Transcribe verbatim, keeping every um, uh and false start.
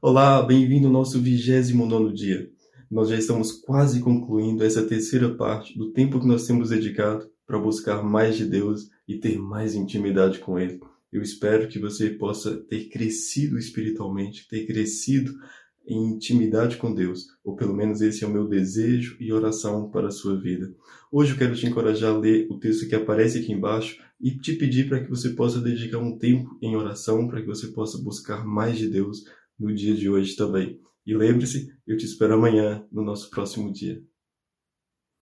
Olá, bem-vindo ao nosso vigésimo nono dia. Nós já estamos quase concluindo essa terceira parte do tempo que nós temos dedicado para buscar mais de Deus e ter mais intimidade com Ele. Eu espero que você possa ter crescido espiritualmente, ter crescido em intimidade com Deus, ou pelo menos esse é o meu desejo e oração para a sua vida. Hoje eu quero te encorajar a ler o texto que aparece aqui embaixo e te pedir para que você possa dedicar um tempo em oração, para que você possa buscar mais de Deus no dia de hoje também. E lembre-se, eu te espero amanhã no nosso próximo dia.